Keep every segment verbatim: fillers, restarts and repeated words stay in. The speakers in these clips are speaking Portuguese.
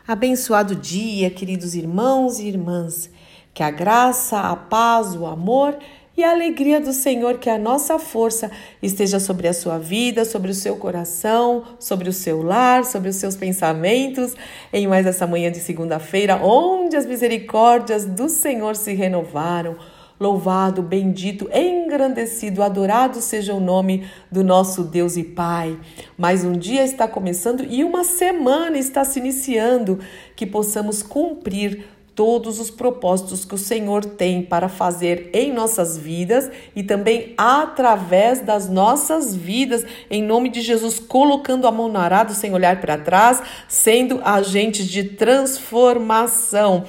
Abençoado dia, queridos irmãos e irmãs. Que a graça, a paz, o amor e a alegria do Senhor, que a nossa força esteja sobre a sua vida, sobre o seu coração, sobre o seu lar, sobre os seus pensamentos, em mais essa manhã de segunda-feira, onde as misericórdias do Senhor se renovaram. Louvado, bendito, engrandecido, adorado seja o nome do nosso Deus e Pai. Mais um dia está começando e uma semana está se iniciando, que possamos cumprir todos os propósitos que o Senhor tem para fazer em nossas vidas e também através das nossas vidas, em nome de Jesus, colocando a mão no arado sem olhar para trás, sendo agentes de transformação.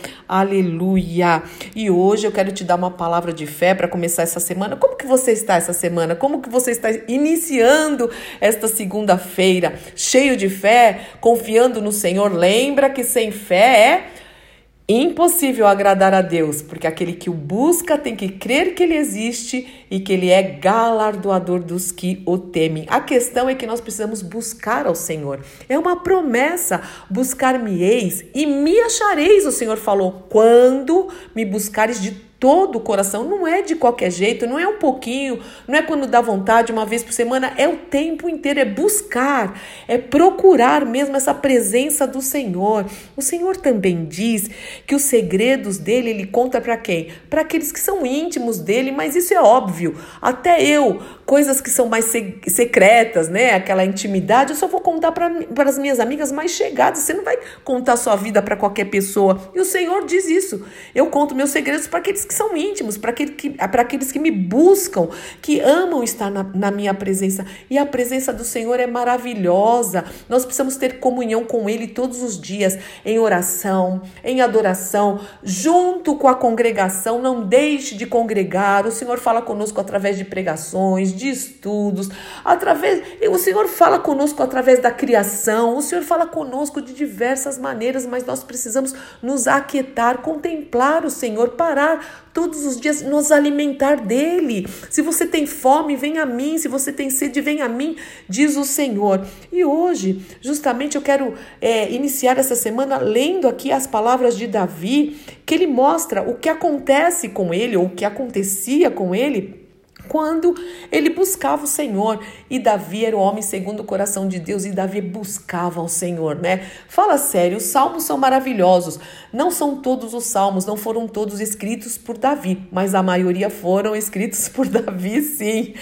Aleluia! E hoje eu quero te dar uma palavra de fé para começar essa semana. Como que você está essa semana? Como que você está iniciando esta segunda-feira? Cheio de fé, confiando no Senhor? Lembra que sem fé é impossível agradar a Deus, porque aquele que o busca tem que crer que ele existe e que ele é galardoador dos que o temem. A questão é que nós precisamos buscar ao Senhor. É uma promessa: buscar-me-eis e me achareis, o Senhor falou, quando me buscares de todo o coração. Não é de qualquer jeito, não é um pouquinho, não é quando dá vontade, uma vez por semana, é o tempo inteiro, é buscar, é procurar mesmo essa presença do Senhor. O Senhor também diz que os segredos dele, ele conta para quem? Para aqueles que são íntimos dele, mas isso é óbvio. Até eu, coisas que são mais secretas, né? Aquela intimidade, eu só vou contar para as minhas amigas mais chegadas. Você não vai contar sua vida para qualquer pessoa. E o Senhor diz isso. Eu conto meus segredos para aqueles que são íntimos, para aqueles que, para aqueles que me buscam, que amam estar na, na minha presença. E a presença do Senhor é maravilhosa. Nós precisamos ter comunhão com Ele todos os dias, em oração, em adoração, junto com a congregação. Não deixe de congregar. O Senhor fala conosco através de pregações, de estudos, através, o Senhor fala conosco através da criação, o Senhor fala conosco de diversas maneiras, mas nós precisamos nos aquietar, contemplar o Senhor, parar todos os dias, nos alimentar dele. Se você tem fome, vem a mim. Se você tem sede, vem a mim, diz o Senhor. E hoje, justamente, eu quero é, iniciar essa semana lendo aqui as palavras de Davi, que ele mostra o que acontece com ele, ou o que acontecia com ele, quando ele buscava o Senhor. E Davi era o homem segundo o coração de Deus, e Davi buscava o Senhor, né? Fala sério, os salmos são maravilhosos. Não são todos os salmos, não foram todos escritos por Davi, mas a maioria foram escritos por Davi, sim.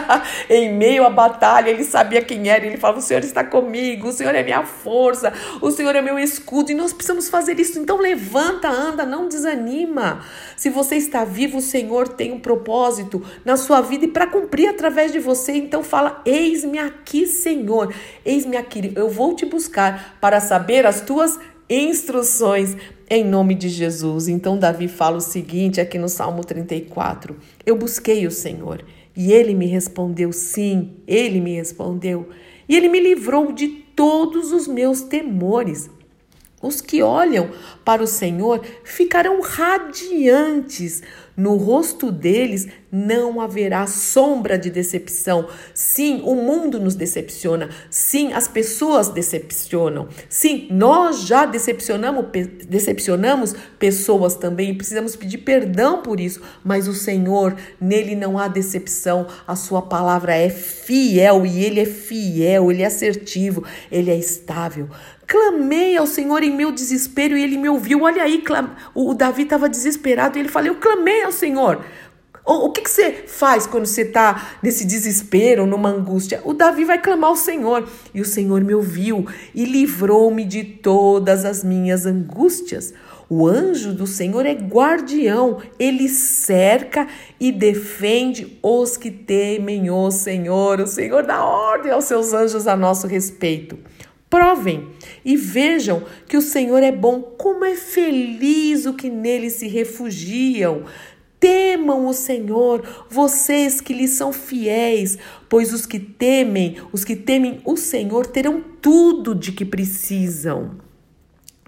Em meio à batalha, ele sabia quem era, ele falava: o Senhor está comigo, o Senhor é minha força, o Senhor é meu escudo, e nós precisamos fazer isso. Então levanta, anda, não desanima. Se você está vivo, o Senhor tem um propósito na sua vida e para cumprir através de você. Então fala: eis-me aqui, Senhor, eis-me aqui, eu vou te buscar para saber as tuas instruções, em nome de Jesus. Então Davi fala o seguinte aqui no Salmo trinta e quatro: eu busquei o Senhor e ele me respondeu, sim, ele me respondeu, e ele me livrou de todos os meus temores. Os que olham para o Senhor ficarão radiantes. No rosto deles não haverá sombra de decepção. Sim, o mundo nos decepciona. Sim, as pessoas decepcionam. Sim, nós já decepcionamos, decepcionamos pessoas também e precisamos pedir perdão por isso. Mas o Senhor, nele não há decepção. A sua palavra é fiel e ele é fiel, ele é assertivo, ele é estável. Clamei ao Senhor em meu desespero e ele me ouviu. Olha aí, clam... o Davi estava desesperado e ele falou: eu clamei ao Senhor. O, o que, que você faz quando você está nesse desespero, numa angústia? O Davi vai clamar ao Senhor. E o Senhor me ouviu e livrou-me de todas as minhas angústias. O anjo do Senhor é guardião, ele cerca e defende os que temem o Senhor. O Senhor dá ordem aos seus anjos a nosso respeito. Provem e vejam que o Senhor é bom. Como é feliz o que nele se refugiam. Temam o Senhor, vocês que lhe são fiéis, pois os que temem, os que temem o Senhor terão tudo de que precisam.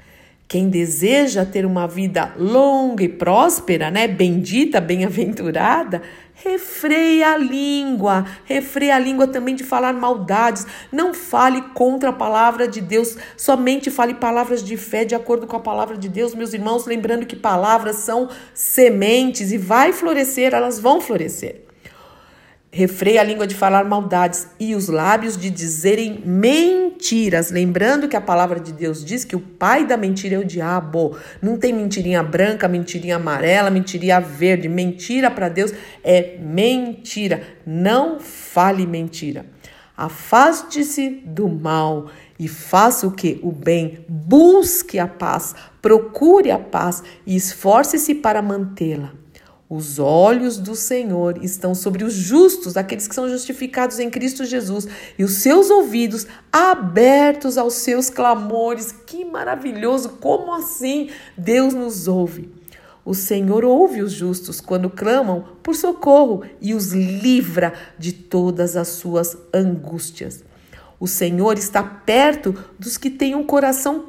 Quem deseja ter uma vida longa e próspera, né? Bendita, bem-aventurada, refreia a língua, refreia a língua também de falar maldades. Não fale contra a palavra de Deus, somente fale palavras de fé de acordo com a palavra de Deus, meus irmãos, lembrando que palavras são sementes e vai florescer, elas vão florescer. Refreia a língua de falar maldades e os lábios de dizerem mentiras. Lembrando que a palavra de Deus diz que o pai da mentira é o diabo. Não tem mentirinha branca, mentirinha amarela, mentirinha verde. Mentira para Deus é mentira. Não fale mentira. Afaste-se do mal e faça o que? O bem. Busque a paz, procure a paz e esforce-se para mantê-la. Os olhos do Senhor estão sobre os justos, aqueles que são justificados em Cristo Jesus, e os seus ouvidos abertos aos seus clamores. Que maravilhoso! Como assim Deus nos ouve? O Senhor ouve os justos quando clamam por socorro e os livra de todas as suas angústias. O Senhor está perto dos que têm um coração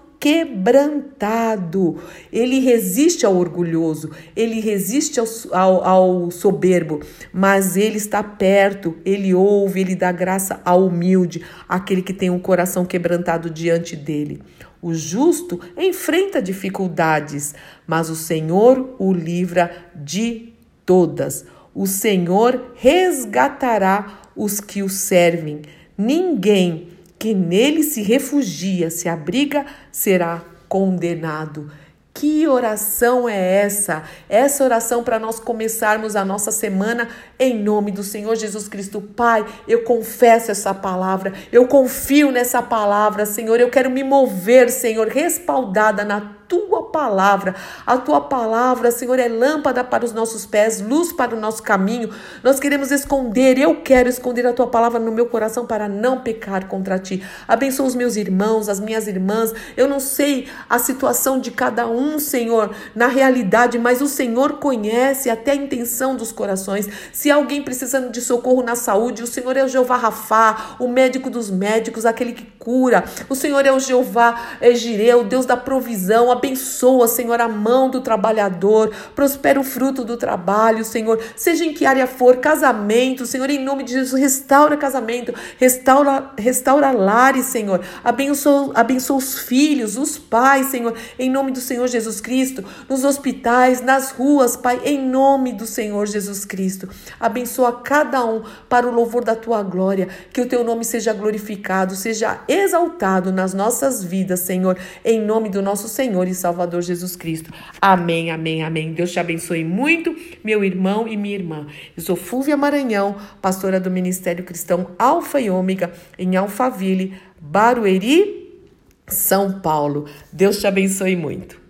quebrantado. Ele resiste ao orgulhoso, ele resiste ao, ao, ao soberbo, mas ele está perto, ele ouve, ele dá graça ao humilde, aquele que tem um coração quebrantado diante dele. O justo enfrenta dificuldades, mas o Senhor o livra de todas. O Senhor resgatará os que o servem. Ninguém que nele se refugia, se abriga, será condenado. Que oração é essa? Essa oração para nós começarmos a nossa semana em nome do Senhor Jesus Cristo. Pai, eu confesso essa palavra, eu confio nessa palavra, Senhor. Eu quero me mover, Senhor, respaldada na tua palavra. A tua palavra, Senhor, é lâmpada para os nossos pés, luz para o nosso caminho. Nós queremos esconder, eu quero esconder a tua palavra no meu coração para não pecar contra ti. Abençoa os meus irmãos, as minhas irmãs. Eu não sei a situação de cada um, Senhor, na realidade, mas o Senhor conhece até a intenção dos corações. Se alguém precisando de socorro na saúde, o Senhor é o Jeová Rafá, o médico dos médicos, aquele que cura. O Senhor é o Jeová Jireh, o Deus da provisão. Abençoa, Senhor, a mão do trabalhador, prospera o fruto do trabalho, Senhor, seja em que área for, casamento, Senhor, em nome de Jesus, restaura casamento, restaura, restaura lares, Senhor, abençoa, abençoa os filhos, os pais, Senhor, em nome do Senhor Jesus Cristo, nos hospitais, nas ruas, Pai, em nome do Senhor Jesus Cristo, abençoa cada um para o louvor da tua glória, que o teu nome seja glorificado, seja exaltado nas nossas vidas, Senhor, em nome do nosso Senhor e Salvador Jesus Cristo. Amém, amém, amém. Deus te abençoe muito, meu irmão e minha irmã. Eu sou Fúvia Maranhão, pastora do Ministério Cristão Alfa e Ômega, em Alphaville, Barueri, São Paulo. Deus te abençoe muito.